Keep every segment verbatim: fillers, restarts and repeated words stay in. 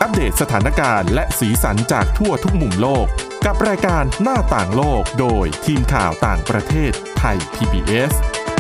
อัปเดตสถานการณ์และสีสันจากทั่วทุกมุมโลกกับรายการหน้าต่างโลกโดยทีมข่าวต่างประเทศไทย พี บี เอส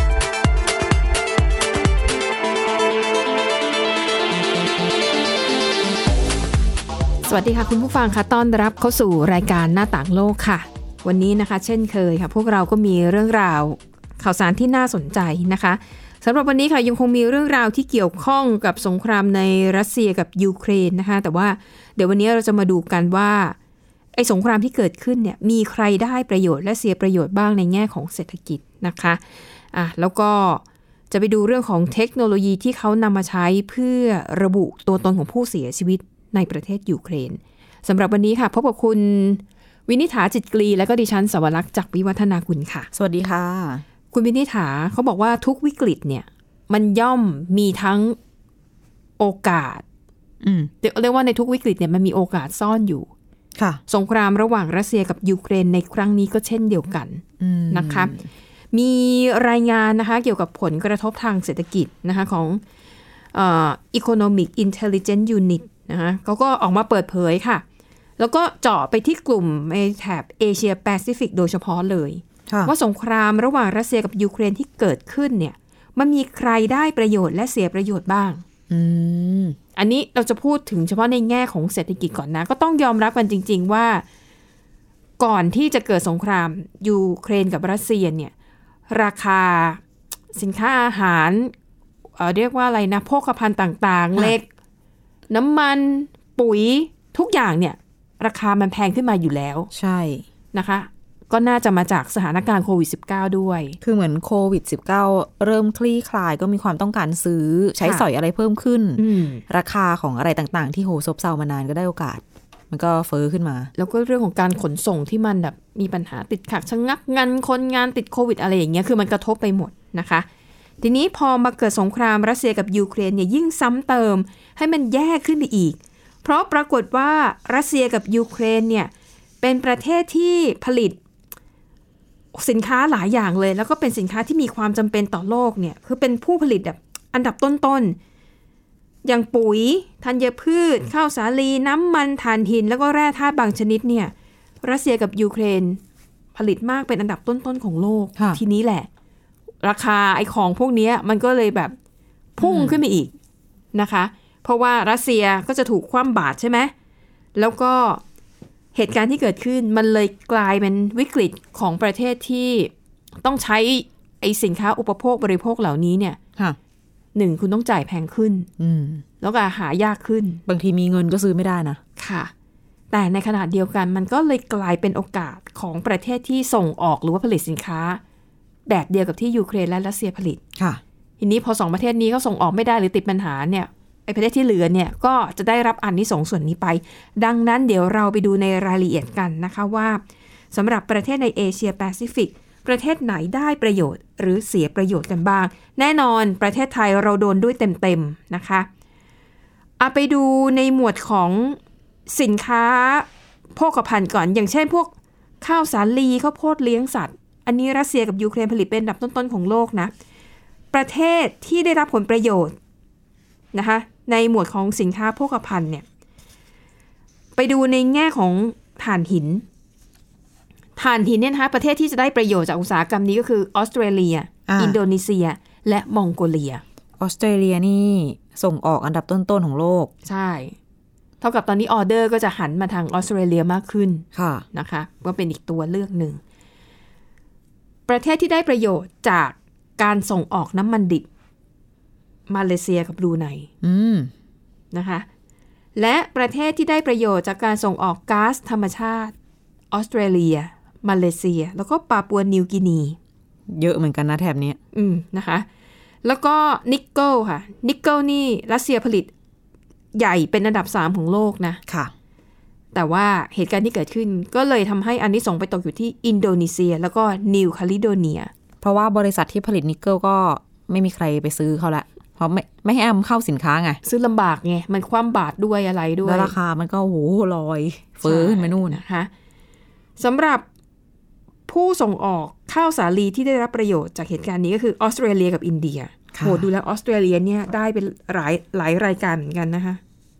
สวัสดีค่ะคุณผู้ฟังค่ะต้อนรับเข้าสู่รายการหน้าต่างโลกค่ะวันนี้นะคะเช่นเคยค่ะพวกเราก็มีเรื่องราวข่าวสารที่น่าสนใจนะคะสำหรับวันนี้ค่ะยังคงมีเรื่องราวที่เกี่ยวข้องกับสงครามในรัสเซียกับยูเครนนะคะแต่ว่าเดี๋ยววันนี้เราจะมาดูกันว่าไอ้สงครามที่เกิดขึ้นเนี่ยมีใครได้ประโยชน์และเสียประโยชน์บ้างในแง่ของเศรษฐกิจนะคะอ่ะแล้วก็จะไปดูเรื่องของเทคโนโลยีที่เขานำมาใช้เพื่อระบุตัวตนของผู้เสียชีวิตในประเทศยูเครนสำหรับวันนี้ค่ะพบกับคุณวินิษฐาจิตกรีและก็ดิฉันสวรักษ์จากวิวัฒนาคุณค่ะสวัสดีค่ะคุณวินิษฐาเขาบอกว่าทุกวิกฤตเนี่ยมันย่อมมีทั้งโอกาสเรียกว่าในทุกวิกฤตเนี่ยมันมีโอกาสซ่อนอยู่ค่ะสงครามระหว่างรัสเซียกับยูเครนในครั้งนี้ก็เช่นเดียวกันนะคะมีรายงานนะคะเกี่ยวกับผลกระทบทางเศรษฐกิจนะคะของเอ่อ Economic Intelligence Unit นะคะเขาก็ออกมาเปิดเผยค่ะแล้วก็เจาะไปที่กลุ่มในแถบเอเชียแปซิฟิกโดยเฉพาะเลยว่าสงครามระหว่างรัสเซียกับยูเครนที่เกิดขึ้นเนี่ยมันมีใครได้ประโยชน์และเสียประโยชน์บ้างอืมอันนี้เราจะพูดถึงเฉพาะในแง่ของเศรษฐกิจก่อนนะก็ต้องยอมรับกันจริงๆว่าก่อนที่จะเกิดสงครามยูเครนกับรัสเซียเนี่ยราคาสินค้าอาหารเอ่อเรียกว่าอะไรนะโภคภัณฑ์ต่างๆเหล็กน้ำมันปุ๋ยทุกอย่างเนี่ยราคามันแพงขึ้นมาอยู่แล้วใช่นะคะก็น่าจะมาจากสถานการณ์โควิด สิบเก้า ด้วยคือเหมือนโควิด สิบเก้า เริ่มคลี่คลายก็มีความต้องการซื้อใช้สอยอะไรเพิ่มขึ้นราคาของอะไรต่างๆที่โหซบเซามานานก็ได้โอกาสมันก็เฟ้อขึ้นมาแล้วก็เรื่องของการขนส่งที่มันแบบมีปัญหาติดขัดชะงักงันคนงานติดโควิดอะไรอย่างเงี้ยคือมันกระทบไปหมดนะคะทีนี้พอมาเกิดสงครามรัสเซียกับยูเครนเนี่ยยิ่งซ้ำเติมให้มันแย่ขึ้นไปอีกเพราะปรากฏว่ารัสเซียกับยูเครนเนี่ยเป็นประเทศที่ผลิตสินค้าหลายอย่างเลยแล้วก็เป็นสินค้าที่มีความจำเป็นต่อโลกเนี่ยคือเป็นผู้ผลิตแบบอันดับต้นๆอย่างปุ๋ยธัญพืชข้าวสาลีน้ำมันถ่านหินแล้วก็แร่ธาตุบางชนิดเนี่ยรัสเซียกับยูเครนผลิตมากเป็นอันดับต้นๆของโลกทีนี้แหละราคาไอ้ของพวกนี้มันก็เลยแบบพุ่งขึ้นไปอีกนะคะเพราะว่ารัสเซียก็จะถูกคว่ำบาตรใช่ไหมแล้วก็เหตุการณ์ที่เกิดขึ้นมันเลยกลายเป็นวิกฤตของประเทศที่ต้องใช้ไอ้สินค้าอุปโภคบริโภคเหล่านี้เนี่ยหนึ่งคุณต้องจ่ายแพงขึ้นแล้วก็หายากขึ้นบางทีมีเงินก็ซื้อไม่ได้นะค่ะแต่ในขณะเดียวกันมันก็เลยกลายเป็นโอกาสของประเทศที่ส่งออกหรือว่าผลิตสินค้าแบบเดียวกับที่ยูเครนและรัสเซียผลิตค่ะทีนี้พอสองประเทศนี้ก็ส่งออกไม่ได้หรือติดปัญหาเนี่ยไอ้ประเทศที่เหลือเนี่ยก็จะได้รับอานิสงส์ส่วนนี้ไปดังนั้นเดี๋ยวเราไปดูในรายละเอียดกันนะคะว่าสำหรับประเทศในเอเชียแปซิฟิกประเทศไหนได้ประโยชน์หรือเสียประโยชน์กันบ้างแน่นอนประเทศไทยเราโดนด้วยเต็มๆนะคะเอาไปดูในหมวดของสินค้าโภคภัณฑ์ก่อนอย่างเช่นพวกข้าวสาลีข้าวโพดเลี้ยงสัตว์อันนี้รัสเซียกับยูเครนผลิตเป็นอันดับต้นๆของโลกนะประเทศที่ได้รับผลประโยชน์นะคะในหมวดของสินค้าโภคภัณฑ์เนี่ยไปดูในแง่ของถ่านหินถ่านหินเนี่ยนะคะประเทศที่จะได้ประโยชน์จากอุตสาหกรรมนี้ก็คือออสเตรเลียอินโดนีเซียและมองโกเลียออสเตรเลียนี่ส่งออกอันดับต้นๆของโลกใช่เท่ากับตอนนี้ออเดอร์ก็จะหันมาทางออสเตรเลียมากขึ้นค่ะนะคะก็เป็นอีกตัวเลือกหนึ่งประเทศที่ได้ประโยชน์จากการส่งออกน้ำมันดิบมาเลเซียกับบรูไนนะคะและประเทศที่ได้ประโยชน์จากการส่งออกก๊าซธรรมชาติออสเตรเลียมาเลเซียแล้วก็ปาปัวนิวกินีเยอะเหมือนกันนะแถบนี้อืมนะคะแล้วก็นิกเกิลค่ะนิกเกิลนี่รัสเซียผลิตใหญ่เป็นอันดับสามของโลกนะค่ะแต่ว่าเหตุการณ์ที่เกิดขึ้นก็เลยทำให้อันนี้ส่งไปตกอยู่ที่อินโดนีเซียแล้วก็นิวคาลิโดเนียเพราะว่าบริษัทที่ผลิตนิกเกิลก็ไม่มีใครไปซื้อเขาละเพราะไม่ไม่ให้เอาเข้าสินค้าไงซื้อลำบากไงมันคว่ำบาตรด้วยอะไรด้วยแล้วราคามันก็โหลอยเฟ้อขึ้นไปนู่นนะคะสำหรับผู้ส่งออกข้าวสาลีที่ได้รับประโยชน์จากเหตุการณ์นี้ก็คือออสเตรเลียกับอินเดียโหดูแล้วออสเตรเลียเนี่ยได้เป็นหลายหลายรายการเหมือนกันนะคะ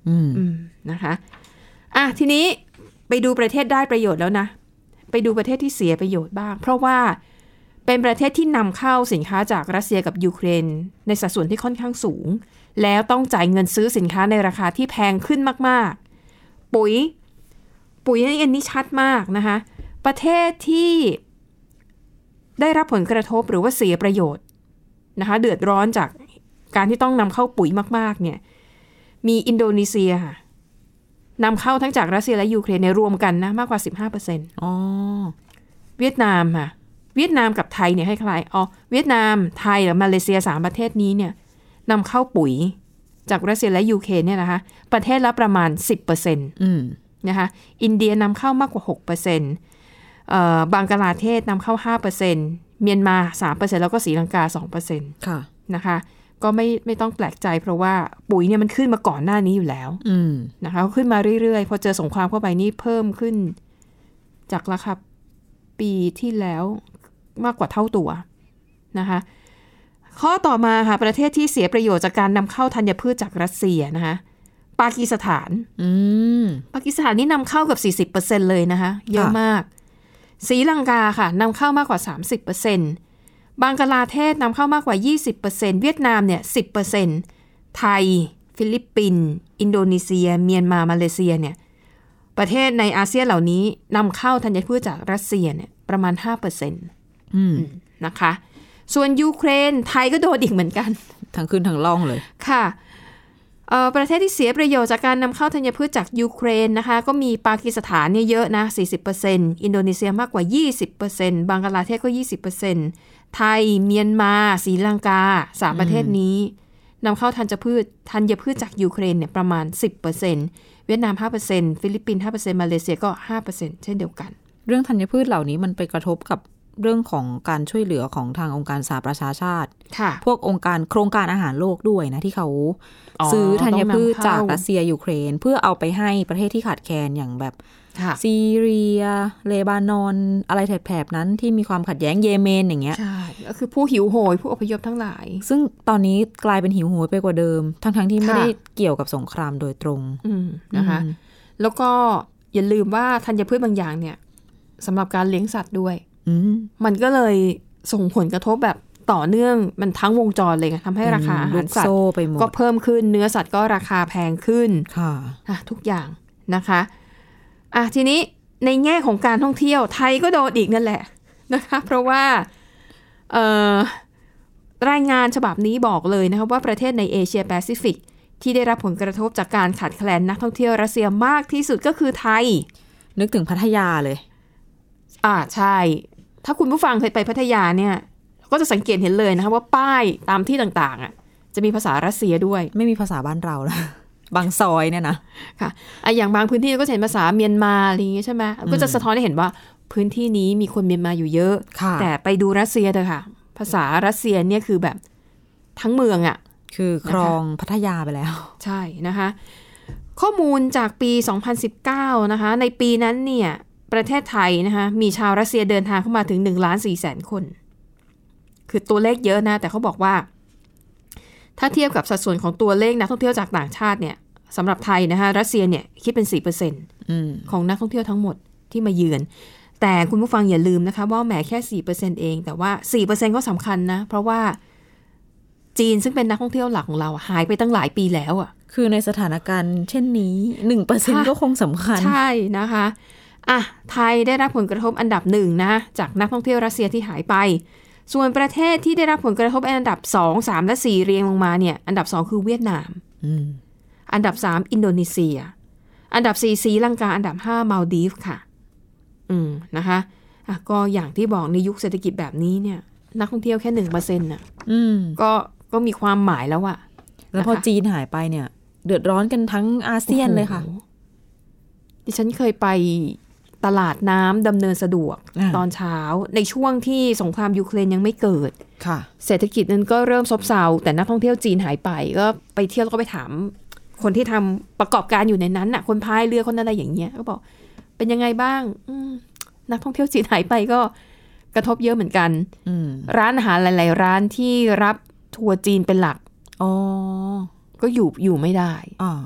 อืมอืมนะคะอ่ะทีนี้ไปดูประเทศได้ประโยชน์แล้วนะไปดูประเทศที่เสียประโยชน์บ้างเพราะว่าเป็นประเทศที่นำเข้าสินค้าจากรัสเซียกับยูเครนในสัดส่วนที่ค่อนข้างสูงแล้วต้องจ่ายเงินซื้อสินค้าในราคาที่แพงขึ้นมากๆปุ๋ยปุ๋ยนี่อันนี้ชัดมากนะคะประเทศที่ได้รับผลกระทบหรือว่าเสียประโยชน์นะคะเดือดร้อนจากการที่ต้องนำเข้าปุ๋ยมากๆเนี่ยมีอินโดนีเซียค่ะนำเข้าทั้งจากรัสเซียและยูเครนในรวมกันนะมากกว่า สิบห้าเปอร์เซ็นต์อ๋อเวียดนามค่ะเวียดนามกับไทยเนี่ยให้คล้ายอ๋อเวียดนามไทยหรือมาเลเซียสามประเทศนี้เนี่ยนำเข้าปุ๋ยจากรัสเซียและยูเครนเนี่ยนะคะประเทศละประมาณ สิบเปอร์เซ็นต์อืมนะคะอินเดียนำเข้ามากกว่า หกเปอร์เซ็นต์ เอ่อบังกลาเทศนำเข้า ห้าเปอร์เซ็นต์ เมียนมา สามเปอร์เซ็นต์ แล้วก็ศรีลังกา สองเปอร์เซ็นต์ค่ะนะคะก็ไม่ไม่ต้องแปลกใจเพราะว่าปุ๋ยเนี่ยมันขึ้นมาก่อนหน้านี้อยู่แล้วนะคะขึ้นมาเรื่อยๆพอเจอสงครามเข้าไปนี่เพิ่มขึ้นจากราคาปีที่แล้วมากกว่าเท่าตัวนะคะข้อต่อมาค่ะประเทศที่เสียประโยชน์จากการนำเข้าธัญพืชจากรัสเซียนะคะปากีสถานปากีสถานนี่นำเข้ากับ สี่สิบเปอร์เซ็นต์ เลยนะคะเยอะมากศรีลังกาค่ะนำเข้ามากกว่า สามสิบเปอร์เซ็นต์บังกลาเทศนำเข้ามากกว่า ยี่สิบเปอร์เซ็นต์ เวียดนามเนี่ย สิบเปอร์เซ็นต์ ไทยฟิลิปปินส์อินโดนีเซียเมียนมามาเลเซียเนี่ยประเทศในอาเซียนเหล่านี้นำเข้าธัญพืชจากรัสเซียเนี่ยประมาณ ห้าเปอร์เซ็นต์อืมนะคะส่วนยูเครนไทยก็โดนอีกเหมือนกันทั้งขึ้นทั้งล่องเลยค่ะเอ่อประเทศที่เสียประโยชน์จากการนำเข้าธัญพืชจากยูเครนนะคะก็มีปากีสถานเนี่ยเยอะนะ สี่สิบเปอร์เซ็นต์ อินโดนีเซียมากกว่า ยี่สิบเปอร์เซ็นต์ บังกลาเทศก็ ยี่สิบเปอร์เซ็นต์ ไทยเมียนมาศรีลังกาสามประเทศนี้นำเข้าธัญพืชธัญพืชจากยูเครนเนี่ยประมาณ สิบเปอร์เซ็นต์ เวียดนาม ห้าเปอร์เซ็นต์ ฟิลิปปินส์ ห้าเปอร์เซ็นต์ มาเลเซียก็ ห้าเปอร์เซ็นต์ เช่นเดียวกันเรื่องธัญพืชเหล่านี้มันไปกระทบกับเรื่องของการช่วยเหลือของทางองค์การสหประชาชาติพวกองค์การโครงการอาหารโลกด้วยนะที่เขาซื้อธัญพืชจากรัสเซียยูเครนเพื่อเอาไปให้ประเทศที่ขาดแคลนอย่างแบบซีเรียเลบานอนอะไรแถบๆนั้นที่มีความขัดแย้งเยเมนอย่างเงี้ยใช่ก็คือผู้หิวโหยผู้อพยพทั้งหลายซึ่งตอนนี้กลายเป็นหิวโหยไปกว่าเดิมทั้งๆที่ไม่ได้เกี่ยวกับสงครามโดยตรงนะคะแล้วก็อย่าลืมว่าธัญพืชบางอย่างเนี่ยสำหรับการเลี้ยงสัตว์ด้วยมันก็เลยส่งผลกระทบแบบต่อเนื่องมันทั้งวงจรเลยไงทำให้ราคาอาหารสัตว์ก็เพิ่มขึ้นเนื้อสัตว์ก็ราคาแพงขึ้นค่ะทุกอย่างนะคะอ่ะทีนี้ในแง่ของการท่องเที่ยวไทยก็โดนอีกนั่นแหละนะคะเพราะว่าเอ่อรายงานฉบับนี้บอกเลยนะคะว่าประเทศในเอเชียแปซิฟิกที่ได้รับผลกระทบจากการขาดแคลนนักท่องเที่ยวรัสเซียมากที่สุดก็คือไทยนึกถึงพัทยาเลยอ่าใช่ถ้าคุณผู้ฟังเคยไปพัทยาเนี่ยก็จะสังเกตเห็นเลยนะคะว่าป้ายตามที่ต่างๆอ่ะจะมีภาษารัสเซียด้วยไม่มีภาษาบ้านเราแล้วบางซอยเนี่ยนะค่ะอ่ะอย่างบางพื้นที่ก็จะเห็นภาษาเมียนมาอะไรอย่างเงี้ยใช่ไหมก็จะสะท้อนให้เห็นว่าพื้นที่นี้มีคนเมียนมาอยู่เยอะแต่ไปดูรัสเซียเถอะค่ะภาษารัสเซียเนี่ยคือแบบทั้งเมืองอ่ะคือครองพัทยาไปแล้วใช่นะคะข้อมูลจากปีสองพันสิบเก้านะคะในปีนั้นเนี่ยประเทศไทยนะคะมีชาวรัสเซียเดินทางเข้ามาถึงหนึ่งล้านสี่แสนคนคือตัวเลขเยอะนะแต่เขาบอกว่าถ้าเทียบกับสัดส่วนของตัวเลขนักท่องเที่ยวจากต่างชาติเนี่ยสำหรับไทยนะคะรัสเซียเนี่ยคิดเป็น สี่เปอร์เซ็นต์ ของนักท่องเที่ยวทั้งหมดที่มาเยือนแต่คุณผู้ฟังอย่าลืมนะคะว่าแหมแค่ สี่เปอร์เซ็นต์ เองแต่ว่า สี่เปอร์เซ็นต์ ก็สำคัญนะเพราะว่าจีนซึ่งเป็นนักท่องเที่ยวหลักของเราหายไปตั้งหลายปีแล้วอ่ะคือในสถานการณ์เช่นนี้ หนึ่งเปอร์เซ็นต์ ก็คงสำคัญใช่นะคะอ่ะไทยได้รับผลกระทบอันดับหนึ่งนะจากนักท่องเที่ยวรัสเซียที่หายไปส่วนประเทศที่ได้รับผลกระทบอันดับสอง สามและสี่เรียงลงมาเนี่ยอันดับสองคือเวียดนามอันดับสามอินโดนีเซียอันดับสี่ศรีลังกาอันดับห้ามัลดีฟค่ะอืมนะคะอ่ะก็อย่างที่บอกในยุคเศรษฐกิจแบบนี้เนี่ยนักท่องเที่ยวแค่ หนึ่งเปอร์เซ็นต์ น่ะอืมก็ก็มีความหมายแล้วอะแล้วพอจีนหายไปเนี่ยเดือดร้อนกันทั้งอาเซียนเลยค่ะดิฉันเคยไปตลาดน้ำดำเนินสะดวกตอนเช้าในช่วงที่สงครามยูเครนยังไม่เกิดเศรษฐกิจนั้นก็เริ่มซบเซาแต่นักท่องเที่ยวจีนหายไปก็ไปเที่ยวแล้วก็ไปถามคนที่ทำประกอบการอยู่ในนั้นน่ะคนพายเรือคนอะไรอย่างเงี้ยก็บอกเป็นยังไงบ้างนักท่องเที่ยวจีนหายไปก็กระทบเยอะเหมือนกันร้านอาหารหลายๆร้านที่รับทัวร์จีนเป็นหลักอ๋อก็อยู่อยู่ไม่ได้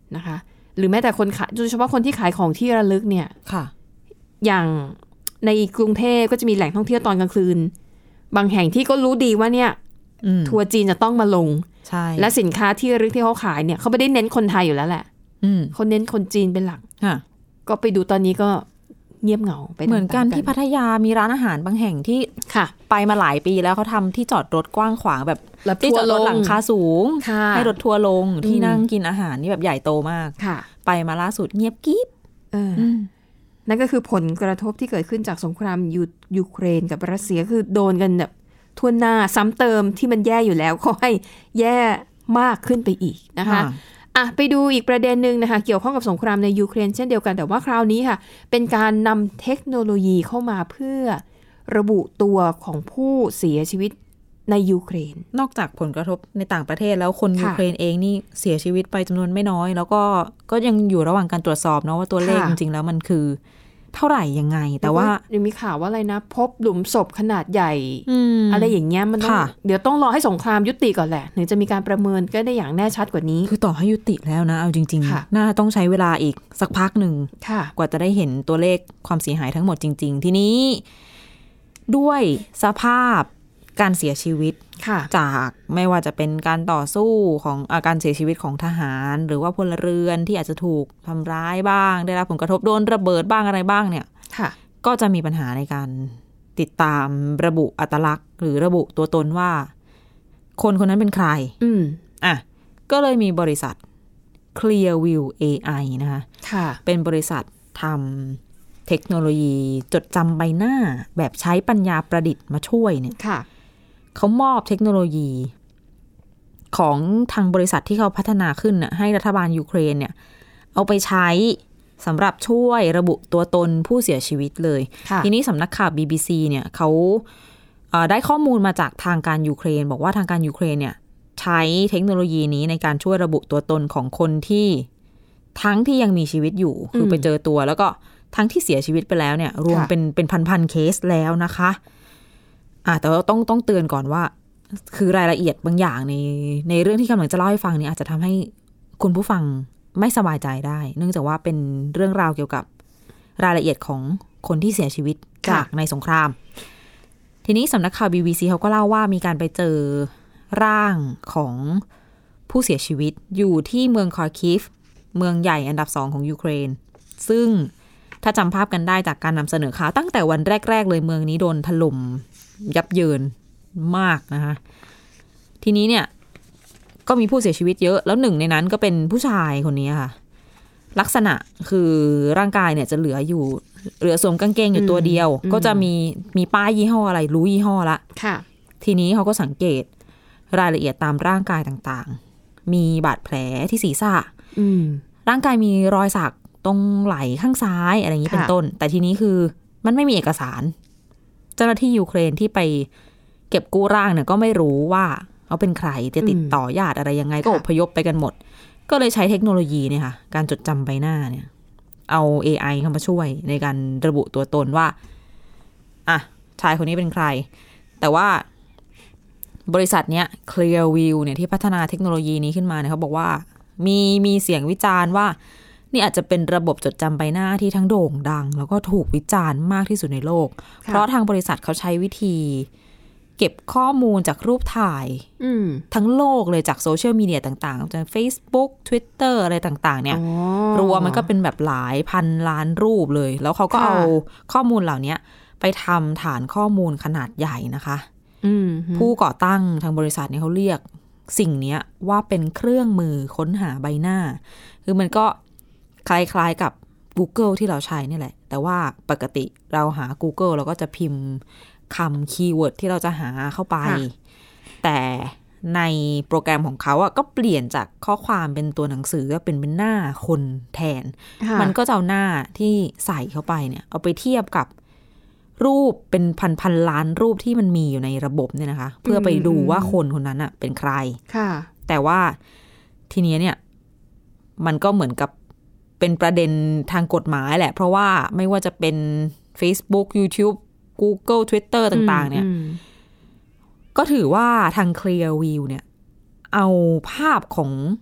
นะคะหรือแม้แต่คนขายโดยเฉพาะคนที่ขายของที่ระลึกเนี่ยค่ะอย่างในกรุงเทพก็จะมีแหล่งท่องเที่ยวตอนกลางคืนบางแห่งที่ก็รู้ดีว่าเนี่ยทัวร์จีนจะต้องมาลงใช่และสินค้าที่ระลึกที่เขาขายเนี่ยเขาไม่ได้เน้นคนไทยอยู่แล้วแหละเขาเน้นคนจีนเป็นหลักก็ไปดูตอนนี้ก็เงียบเหงาไปเหมือนกันที่พัทยามีร้านอาหารบางแห่งที่ไปมาหลายปีแล้วเขาทำที่จอดรถกว้างขวางแบบที่จอดรถหลังคาสูงให้รถทัวร์ลงที่นั่งกินอาหารนี่แบบใหญ่โตมากไปมาล่าสุดเงียบกิ๊บนั่นก็คือผลกระทบที่เกิดขึ้นจากสงครามยูเครนกับรัสเซียคือโดนกันแบบทั่วหน้าซ้ำเติมที่มันแย่อยู่แล้วก็ให้แย่มากขึ้นไปอีกนะคะอ่ะไปดูอีกประเด็นหนึ่งนะคะเกี่ยวข้องกับสงครามในยูเครนเช่นเดียวกันแต่ว่าคราวนี้ค่ะเป็นการนำเทคโนโลยีเข้ามาเพื่อระบุตัวของผู้เสียชีวิตในยูเครนนอกจากผลกระทบในต่างประเทศแล้วคนยูเครนเองนี่เสียชีวิตไปจำนวนไม่น้อยแล้วก็ก็ยังอยู่ระหว่างการตรวจสอบเนาะว่าตัวเลขจริงๆแล้วมันคือเท่าไหร่ยังไงแต่ว่ายังมีข่าวว่าอะไรนะพบหลุมศพขนาดใหญ่ อ, อะไรอย่างเงี้ยมันต้องเดี๋ยวต้องรอให้สงครามยุติก่อนแหละถึงจะมีการประเมินก็ได้อย่างแน่ชัดกว่านี้คือต่อให้ยุติแล้วนะเอาจริงๆน่าต้องใช้เวลาอีกสักพักหนึ่งกว่าจะได้เห็นตัวเลขความเสียหายทั้งหมดจริงๆทีนี้ด้วยสภาพการเสียชีวิตจากไม่ว่าจะเป็นการต่อสู้ของอาการเสียชีวิตของทหารหรือว่าพลเรือนที่อาจจะถูกทำร้ายบ้างได้รับผลกระทบโดนระเบิดบ้างอะไรบ้างเนี่ยก็จะมีปัญหาในการติดตามระบุอัตลักษณ์หรือระบุตัวตนว่าคนคนนั้นเป็นใครอืมอ่ะก็เลยมีบริษัท Clearview เอ ไอ นะคะค่ะเป็นบริษัททำเทคโนโลยีจดจำใบหน้าแบบใช้ปัญญาประดิษฐ์มาช่วยเนี่ยค่ะเขามอบเทคโนโลยีของทางบริษัทที่เขาพัฒนาขึ้นน่ะให้รัฐบาลยูเครนเนี่ยเอาไปใช้สำหรับช่วยระบุตัวตนผู้เสียชีวิตเลยทีนี้สำนักข่าว บี บี ซี เนี่ยเขาเอ่อได้ข้อมูลมาจากทางการยูเครนบอกว่าทางการยูเครนเนี่ยใช้เทคโนโลยีนี้ในการช่วยระบุตัวตนของคนที่ทั้งที่ยังมีชีวิตอยู่คือไปเจอตัวแล้วก็ทั้งที่เสียชีวิตไปแล้วเนี่ยรวมเป็นเป็นพันๆเคสแล้วนะคะอ่ะแต่ว่าต้องต้องเตือนก่อนว่าคือรายละเอียดบางอย่างในในเรื่องที่กำลังจะเล่าให้ฟังนี้อาจจะทำให้คุณผู้ฟังไม่สบายใจได้เนื่องจากว่าเป็นเรื่องราวเกี่ยวกับรายละเอียดของคนที่เสียชีวิตจากในสงครามทีนี้สำนักข่าว บี บี ซี เขาก็เล่าว่ามีการไปเจอร่างของผู้เสียชีวิตอยู่ที่เมืองคาร์คิฟเมืองใหญ่อันดับสองของยูเครนซึ่งถ้าจำภาพกันได้จากการนำเสนอข่าวตั้งแต่วันแรกๆเลยเมืองนี้โดนถล่มยับเยินมากนะคะทีนี้เนี่ยก็มีผู้เสียชีวิตเยอะแล้วหนึ่งในนั้นก็เป็นผู้ชายคนนี้ค่ะลักษณะคือร่างกายเนี่ยจะเหลืออยู่เหลือสวมกางเกงอยู่ตัวเดียวก็จะมีมีป้ายยี่ห้ออะไรรู้ยี่ห้อละค่ะทีนี้เขาก็สังเกตรายละเอียดตามร่างกายต่างๆมีบาดแผลที่ศีรษะร่างกายมีรอยสักตรงไหล่ข้างซ้ายอะไรอย่างนี้เป็นต้นแต่ทีนี้คือมันไม่มีเอกสารเจ้าหน้าที่ยูเครนที่ไปเก็บกู้ร่างเนี่ยก็ไม่รู้ว่าเขาเป็นใครจะติดต่อญาติอะไรยังไงก็อพยพไปกันหมดก็เลยใช้เทคโนโลยีเนี่ยค่ะการจดจำใบหน้าเนี่ยเอา เอ ไอ เข้ามาช่วยในการระบุตัวตนว่าอ่ะชายคนนี้เป็นใครแต่ว่าบริษัทเนี้ย Clearview เนี่ยที่พัฒนาเทคโนโลยีนี้ขึ้นมาเนี่ยเขาบอกว่ามีมีเสียงวิจารณ์ว่านี่อาจจะเป็นระบบจดจำใบหน้าที่ทั้งโด่งดังแล้วก็ถูกวิจารณ์มากที่สุดในโลกเพราะทางบริษัทเขาใช้วิธีเก็บข้อมูลจากรูปถ่ายทั้งโลกเลยจากโซเชียลมีเดียต่างๆจาก Facebook Twitter อะไรต่างๆเนี่ยรวมมันก็เป็นแบบหลายพันล้านรูปเลยแล้วเขาก็เอาข้อมูลเหล่านี้ไปทำฐานข้อมูลขนาดใหญ่นะคะผู้ก่อตั้งทางบริษัทเนี่ยเขาเรียกสิ่งนี้ว่าเป็นเครื่องมือค้นหาใบหน้าคือมันก็คล้ายๆกับ Google ที่เราใช้นี่แหละแต่ว่าปกติเราหา Google เราก็จะพิมพ์คำคีย์เวิร์ดที่เราจะหาเข้าไปแต่ในโปรแกรมของเขาอ่ะก็เปลี่ยนจากข้อความเป็นตัวหนังสือเป็นเป็นหน้าคนแทนมันก็จะเอาหน้าที่ใส่เข้าไปเนี่ยเอาไปเทียบกับรูปเป็นพันพันล้านรูปที่มันมีอยู่ในระบบเนี่ยนะคะเพื่อไปดูว่าคนคนนั้นอ่ะเป็นใครแต่ว่าทีนี้เนี่ยมันก็เหมือนกับเป็นประเด็นทางกฎหมายแหละเพราะว่าไม่ว่าจะเป็น Facebook YouTube Google Twitter ต่างๆเนี่ยก็ถือว่าทาง Clearview เนี่ยเอาภาพของ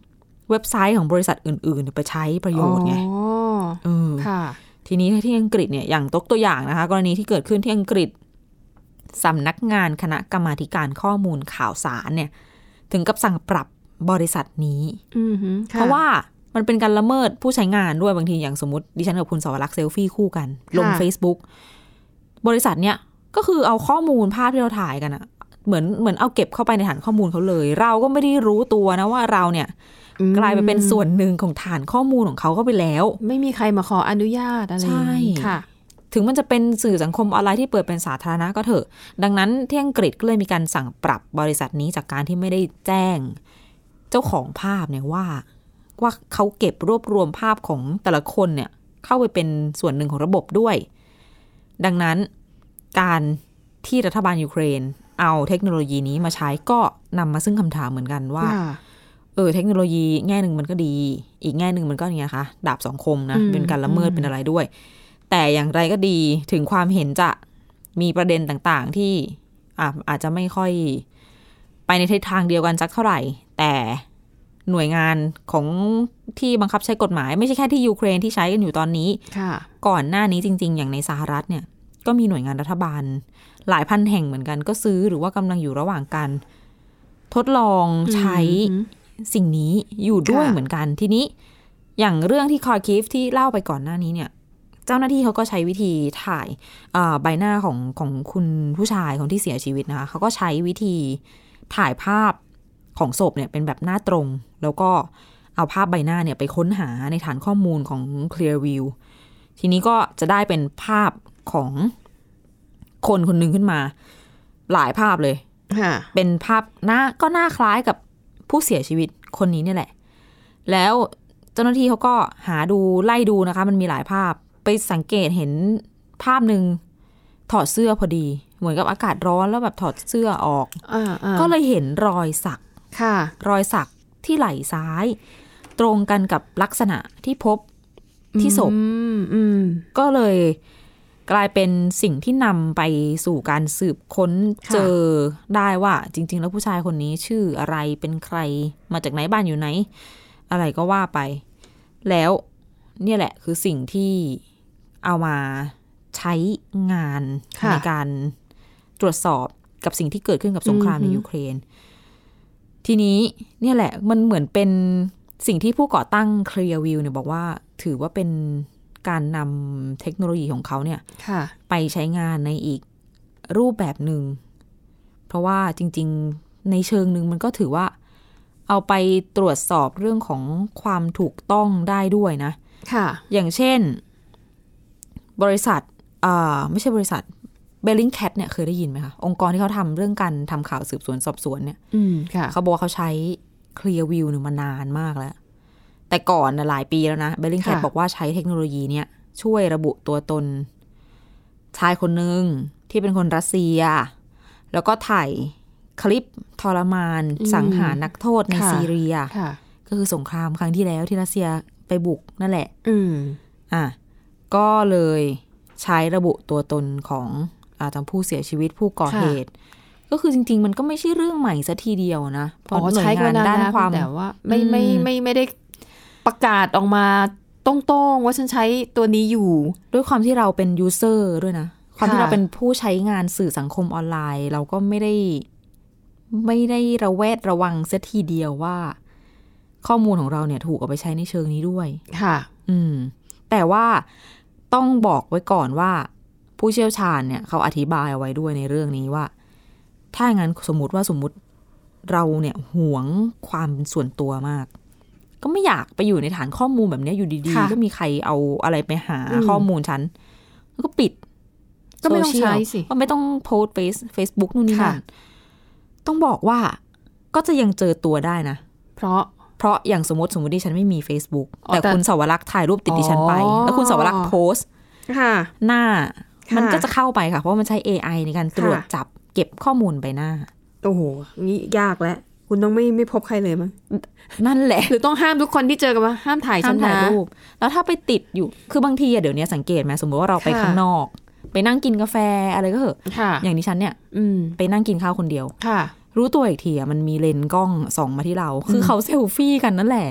เว็บไซต์ของบริษัทอื่นๆไปใช้ประโยชน์ไงเออค่ะทีนี้ที่อังกฤษเนี่ยอย่างตัวอย่างนะคะกรณีที่เกิดขึ้นที่อังกฤษสำนักงานคณะกรรมาธิการข้อมูลข่าวสารเนี่ยถึงกับสั่งปรับบริษัทนี้เพราะว่ามันเป็นการละเมิดผู้ใช้งานด้วยบางทีอย่างสมมติดิฉันกับคุณสวรักษ์เซลฟี่คู่กันลง Facebook บริษัทเนี่ยก็คือเอาข้อมูลภาพที่เราถ่ายกันอะเหมือนเหมือนเอาเก็บเข้าไปในฐานข้อมูลเขาเลยเราก็ไม่ได้รู้ตัวนะว่าเราเนี่ยกลายไปเป็นส่วนหนึ่งของฐานข้อมูลของเขาก็ไปแล้วไม่มีใครมาขออนุญาตอะไรใช่ค่ะถึงมันจะเป็นสื่อสังคมออนไลน์ที่เปิดเป็นสาธารณะก็เถอะดังนั้นที่อังกฤษก็เลยมีการสั่งปรับบริษัทนี้จากการที่ไม่ได้แจ้งเจ้าของภาพเนี่ยว่าว่าเขาเก็บรวบรวมภาพของแต่ละคนเนี่ยเข้าไปเป็นส่วนหนึ่งของระบบด้วยดังนั้นการที่รัฐบาลยูเครนเอาเทคโนโลยีนี้มาใช้ก็นำมาซึ่งคำถามเหมือนกันว่าเออเทคโนโลยีแง่หนึ่งมันก็ดีอีกแง่หนึ่งมันก็อย่างเงี้ยค่ะดาบสองคมนะเป็นการละเมิดเป็นอะไรด้วยแต่อย่างไรก็ดีถึงความเห็นจะมีประเด็นต่างๆที่อ่ะอาจจะไม่ค่อยไปในทิศทางเดียวกันสักเท่าไหร่แต่หน่วยงานของที่บังคับใช้กฎหมายไม่ใช่แค่ที่ยูเครนที่ใช้กันอยู่ตอนนี้ก่อนหน้านี้จริงๆอย่างในสหรัฐเนี่ยก็มีหน่วยงานรัฐบาลหลายพันแห่งเหมือนกันก็ซื้อหรือว่ากำลังอยู่ระหว่างการทดลองใช้สิ่งนี้อยู่ด้วยเหมือนกันทีนี้อย่างเรื่องที่คาร์คิฟที่เล่าไปก่อนหน้านี้เนี่ยเจ้าหน้าที่เขาก็ใช้วิธีถ่ายใบหน้าของของคุณผู้ชายของที่เสียชีวิตนะคะเขาก็ใช้วิธีถ่ายภาพของศพเนี่ยเป็นแบบหน้าตรงแล้วก็เอาภาพใบหน้าเนี่ยไปค้นหาในฐานข้อมูลของ Clearview ทีนี้ก็จะได้เป็นภาพของคนคนหนึ่งขึ้นมาหลายภาพเลยเป็นภาพหน้าก็หน้าคล้ายกับผู้เสียชีวิตคนนี้เนี่ยแหละแล้วเจ้าหน้าที่เขาก็หาดูไล่ดูนะคะมันมีหลายภาพไปสังเกตเห็นภาพหนึ่งถอดเสื้อพอดีเหมือนกับอากาศร้อนแล้วแบบถอดเสื้อออกก็เลยเห็นรอยสักรอยสักที่ไหล่ซ้ายตรงกันกับลักษณะที่พบที่ศพก็เลยกลายเป็นสิ่งที่นำไปสู่การสืบค้นเจอได้ว่าจริงๆแล้วผู้ชายคนนี้ชื่ออะไรเป็นใครมาจากไหนบ้านอยู่ไหนอะไรก็ว่าไปแล้วเนี่ยแหละคือสิ่งที่เอามาใช้งานในการตรวจสอบกับสิ่งที่เกิดขึ้นกับสงครามในยูเครนทีนี้เนี่ยแหละมันเหมือนเป็นสิ่งที่ผู้ก่อตั้ง Clearview เนี่ยบอกว่าถือว่าเป็นการนำเทคโนโลยีของเขาเนี่ยไปใช้งานในอีกรูปแบบหนึ่งเพราะว่าจริงๆในเชิงหนึ่งมันก็ถือว่าเอาไปตรวจสอบเรื่องของความถูกต้องได้ด้วยนะอย่างเช่นบริษัทอ่าไม่ใช่บริษัท Bellingcat เนี่ยเคยได้ยินไหมคะองค์กรที่เขาทำเรื่องการทำข่าวสืบสวนสอบสวนเนี่ยเขาบอกว่าเขาใช้ Clearview เนี่ยมานานมากแล้วแต่ก่อนนะหลายปีแล้วนะ Bellingcat บอกว่าใช้เทคโนโลยีเนี่ยช่วยระบุตัวตนชายคนหนึ่งที่เป็นคนรัสเซียแล้วก็ถ่ายคลิปทรมานสังหารนักโทษในซีเรียก็คือสงครามครั้งที่แล้วที่รัสเซียไปบุกนั่นแหละอ่ะก็เลยใช้ระบุตัวตนของอาทางผู้เสียชีวิตผู้ก่อเหตุก็คือจริงๆมันก็ไม่ใช่เรื่องใหม่ซะทีเดียวนะเพราะหน่วยงานด้านความแต่ว่าไม่ไม่ไม่ไม่ได้ประกาศออกมาตรงๆว่าฉันใช้ตัวนี้อยู่ด้วยความที่เราเป็นยูเซอร์ด้วยนะความที่เราเป็นผู้ใช้งานสื่อสังคมออนไลน์เราก็ไม่ได้ไม่ได้ระแวดระวังซะทีเดียวว่าข้อมูลของเราเนี่ยถูกเอาไปใช้ในเชิงนี้ด้วยค่ะอืมแต่ว่าต้องบอกไว้ก่อนว่าผู้เชี่ยวชาญเนี่ยเขาอธิบายเอาไว้ด้วยในเรื่องนี้ว่าถ้างั้นสมมุติว่าสมมุติเราเนี่ยหวงความเป็นส่วนตัวมากก็ไม่อยากไปอยู่ในฐานข้อมูลแบบนี้อยู่ดีๆก็มีใครเอาอะไรไปหาข้อมูลฉันแล้วก็ปิดก็ไม่ต้องใช้สิก็ไม่ต้องโพสเฟซเฟซบุ๊กนู่นนี่นั่นต้องบอกว่าก็จะยังเจอตัวได้นะเพราะเพราะอย่างสมมติสมมติดิฉันไม่มี Facebook แต่คุณสาวรักษ์ถ่ายรูปติดดิฉันไปแล้วคุณสาวรักษ์โพสหน้ามันก็จะเข้าไปค่ะเพราะมันใช้ เอ ไอ ในการตรวจจับเก็บข้อมูลใบหน้าโอ้โหนี่ยากแล้วคุณต้องไม่ไม่พบใครเลยมั้งนั่นแหละหรือต้องห้ามทุกคนที่เจอกันว่าห้ามถ่ายฉันนะรูปแล้วถ้าไปติดอยู่คือบางทีอะเดี๋ยวนี้สังเกตไหมสมมติว่าเราไปข้างนอกไปนั่งกินกาแฟอะไรก็เหอะอย่างดิฉันเนี่ยไปนั่งกินข้าวคนเดียวรู้ตัวอีกทีอะมันมีเลนส์กล้องส่องมาที่เราคือเขาเซลฟี่กันนั่นแหละ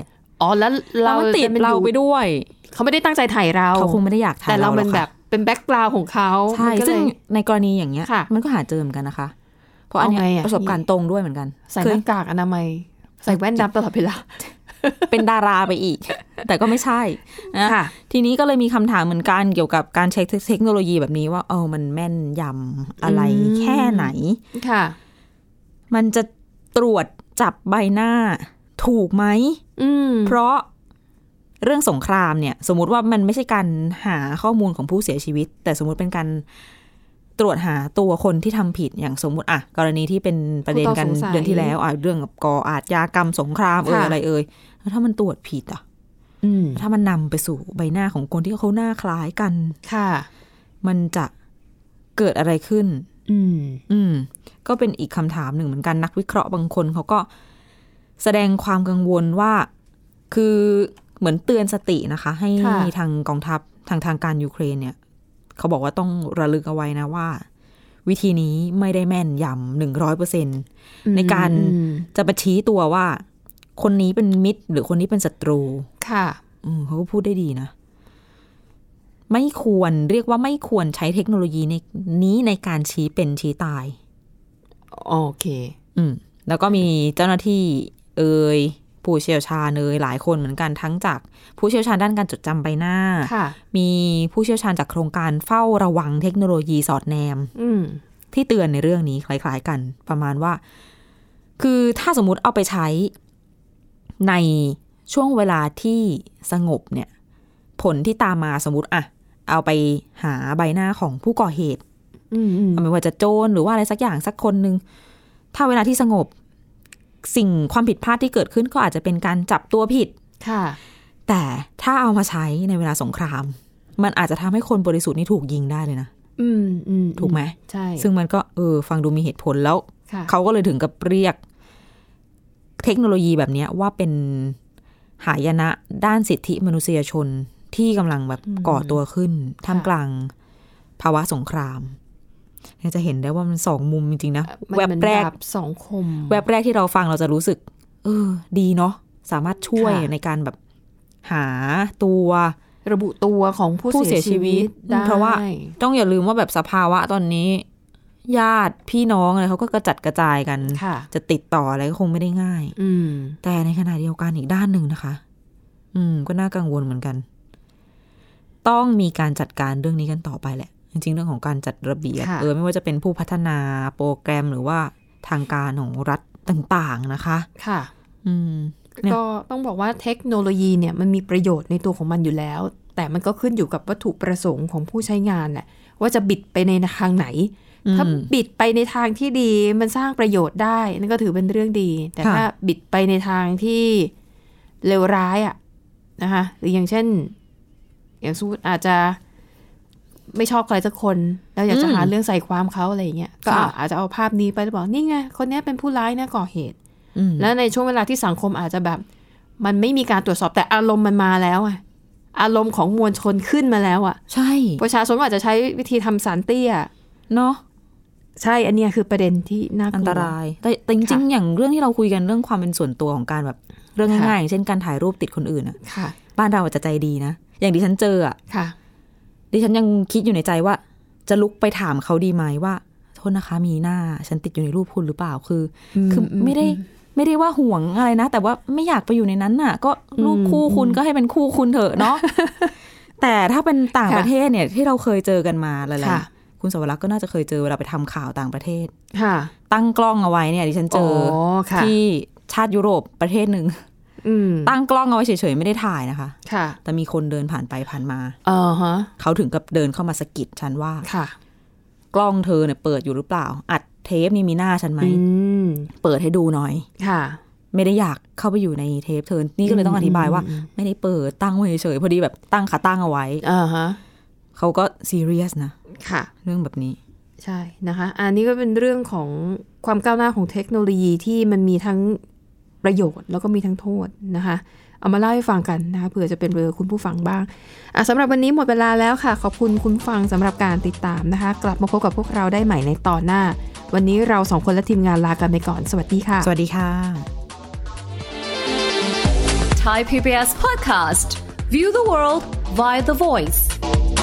อ๋อแล้วเราติดเราไปด้วยเขาไม่ได้ตั้งใจถ่ายเราเขาคงไม่ได้อยากถ่ายเราแต่เรามันแบบเป็นแบ็คกราวด์ของเขาใช่ซึ่งในกรณีอย่างเงี้ยมันก็หาเจอเหมือนกันนะคะเพราะอันนี้ประสบการณ์ตรงด้วยเหมือนกันใส่หน้ากากอนามัยใส่แว่นดำตลอดเวลาเป็นดาราไปอีกแต่ก็ไม่ใช่นะทีนี้ก็เลยมีคำถามเหมือนกันเกี่ยวกับการใช้เทคโนโลยีแบบนี้ว่าเออมันแม่นยำอะไรแค่ไหนค่ะมันจะตรวจจับใบหน้าถูกไหมเพราะเรื่องสงครามเนี่ยสมมุติว่ามันไม่ใช่การหาข้อมูลของผู้เสียชีวิตแต่สมมุติเป็นการตรวจหาตัวคนที่ทำผิดอย่างสมมุติอ่ะกรณีที่เป็นประเด็นกันเดือนที่แล้วอ่ะเรื่องกับก่ออาชญากรรมสงครามเอออะไรเอ่ยแล้วถ้ามันตรวจผิดอ่ะถ้ามันนำไปสู่ใบหน้าของคนที่เขาหน้าคล้ายกันค่ะมันจะเกิดอะไรขึ้นอืมอืมก็เป็นอีกคำถามหนึ่งเหมือนกันนักวิเคราะห์บางคนเขาก็แสดงความกังวลว่าคือเหมือนเตือนสตินะคะให้ทางกองทัพทางทางการยูเครนเนี่ยเขาบอกว่าต้องระลึกเอาไว้นะว่าวิธีนี้ไม่ได้แม่นยำหนึ่งร้อยเปอร์เซ็นต์ในการจะมาชี้ตัวว่าคนนี้เป็นมิตรหรือคนนี้เป็นศัตรูค่ะเขาก็พูดได้ดีนะไม่ควรเรียกว่าไม่ควรใช้เทคโนโลยีในนี้ในการชี้เป็นชี้ตายโอเคอืมแล้วก็มีเจ้าหน้าที่เอ่ยผู้เชี่ยวชาญเอ่ยหลายคนเหมือนกันทั้งจากผู้เชี่ยวชาญด้านการจดจำใบหน้ามีผู้เชี่ยวชาญจากโครงการเฝ้าระวังเทคโนโลยีสอดแนมที่เตือนในเรื่องนี้คล้ายๆกันประมาณว่าคือถ้าสมมุติเอาไปใช้ในช่วงเวลาที่สงบเนี่ยผลที่ตามมาสมมุติอะเอาไปหาใบหน้าของผู้ก่อเหตุไม่ว่าจะโจรหรือว่าอะไรสักอย่างสักคนนึงถ้าเวลาที่สงบสิ่งความผิดพลาดที่เกิดขึ้นก็อาจจะเป็นการจับตัวผิดค่ะแต่ถ้าเอามาใช้ในเวลาสงครามมันอาจจะทำให้คนบริสุทธิ์นี่ถูกยิงได้เลยนะอืมอืมถูกไหมใช่ซึ่งมันก็เออฟังดูมีเหตุผลแล้วเขาก็เลยถึงกับเรียกเทคโนโลยีแบบนี้ว่าเป็นหายนะด้านสิทธิมนุษยชนที่กำลังแบบก่อตัวขึ้นท่ามกลางภาวะสงครามจะเห็นได้ว่ามันสองมุมจริงๆนะแวบแรกสองคมแวบแรกที่เราฟังเราจะรู้สึกเออดีเนาะสามารถช่วยในการแบบหาตัวระบุตัวของผู้เสียชีวิตเพราะว่าต้องอย่าลืมว่าแบบสภาวะตอนนี้ญาติพี่น้องอะไรเขาก็กระจัดกระจายกันจะติดต่ออะไรก็คงไม่ได้ง่ายแต่ในขณะเดียวกันอีกด้านหนึ่งนะคะอืมก็น่ากังวลเหมือนกันต้องมีการจัดการเรื่องนี้กันต่อไปแหละจริงๆเรื่องของการจัดระเบียบเออไม่ว่าจะเป็นผู้พัฒนาโปรแกรมหรือว่าทางการของรัฐต่างๆนะคะค่ะอืมก็ต้องบอกว่าเทคโนโลยีเนี่ยมันมีประโยชน์ในตัวของมันอยู่แล้วแต่มันก็ขึ้นอยู่กับวัตถุประสงค์ของผู้ใช้งานแหละว่าจะบิดไปในทางไหนถ้าบิดไปในทางที่ดีมันสร้างประโยชน์ได้นั่นก็ถือเป็นเรื่องดีแต่ถ้าบิดไปในทางที่เลวร้ายอ่ะนะคะหรืออย่างเช่นอย่างสมมุติอาจจะไม่ชอบใครสักคนแล้วอยากจะหาเรื่องใส่ความเขาอะไรอย่างเงี้ยก็อาจจะเอาภาพนี้ไปแล้วบอกนี่ไงคนนี้เป็นผู้ร้ายนะก่อเหตุแล้วในช่วงเวลาที่สังคมอาจจะแบบมันไม่มีการตรวจสอบแต่อารมณ์มันมาแล้วอ่ะอารมณ์ของมวลชนขึ้นมาแล้วอ่ะใช่ประชาชนอาจจะใช้วิธีทำสารเตี้ยเนาะใช่อันนี้คือประเด็นที่น่ากลัวอันตรายแต่แต่จริงๆอย่างเรื่องที่เราคุยกันเรื่องความเป็นส่วนตัวของการแบบเรื่องง่ายๆอย่างเช่นการถ่ายรูปติดคนอื่นอ่ะบ้านเราจะใจดีนะอย่างดิฉันเจออ่ะดิฉันยังคิดอยู่ในใจว่าจะลุกไปถามเขาดีไหมว่าโทษนะคะมีหน้าฉันติดอยู่ในรูปคุณหรือเปล่าคือคือไม่ได้ไม่ได้ว่าห่วงอะไรนะแต่ว่าไม่อยากไปอยู่ในนั้นน่ะก็รูปคู่คุณก็ให้เป็นคู่คุณเถอะเนาะแต่ถ้าเป็นต่างประเทศเนี่ยที่เราเคยเจอกันมาหลายๆคุณสวรักษ์ก็น่าจะเคยเจอเวลาไปทำข่าวต่างประเทศตั้งกล้องเอาไว้เนี่ยดิฉันเจอที่ชาติยุโรปประเทศหนึ่งตั้งกล้องเอาไว้เฉยๆไม่ได้ถ่ายนะคะแต่มีคนเดินผ่านไปผ่านมาเขาถึงกับเดินเข้ามาสะกิดฉันว่ากล้องเธอเนี่ยเปิดอยู่หรือเปล่าอัดเทปนี่มีหน้าฉันไหมเปิดให้ดูหน่อยไม่ได้อยากเข้าไปอยู่ในเทปเธอนี่ก็เลยต้องอธิบายว่าไม่ได้เปิดตั้งไว้เฉยๆพอดีแบบตั้งขาตั้งเอาไว้เขาก็ซีเรียสนะเรื่องแบบนี้ใช่นะคะอันนี้ก็เป็นเรื่องของความก้าวหน้าของเทคโนโลยีที่มันมีทั้งประโยชน์แล้วก็มีทั้งโทษนะคะเอามาเล่าให้ฟังกันนะคะเผื่อจะเป็นเรื่องคุณผู้ฟังบ้างอ่ะสำหรับวันนี้หมดเวลาแล้วค่ะขอบคุณคุณฟังสำหรับการติดตามนะคะกลับมาพบกับพวกเราได้ใหม่ในตอนหน้าวันนี้เราสองคนและทีมงานลากันไปก่อนสวัสดีค่ะสวัสดีค่ะ Thai พี บี เอส podcast. View the world via The Voice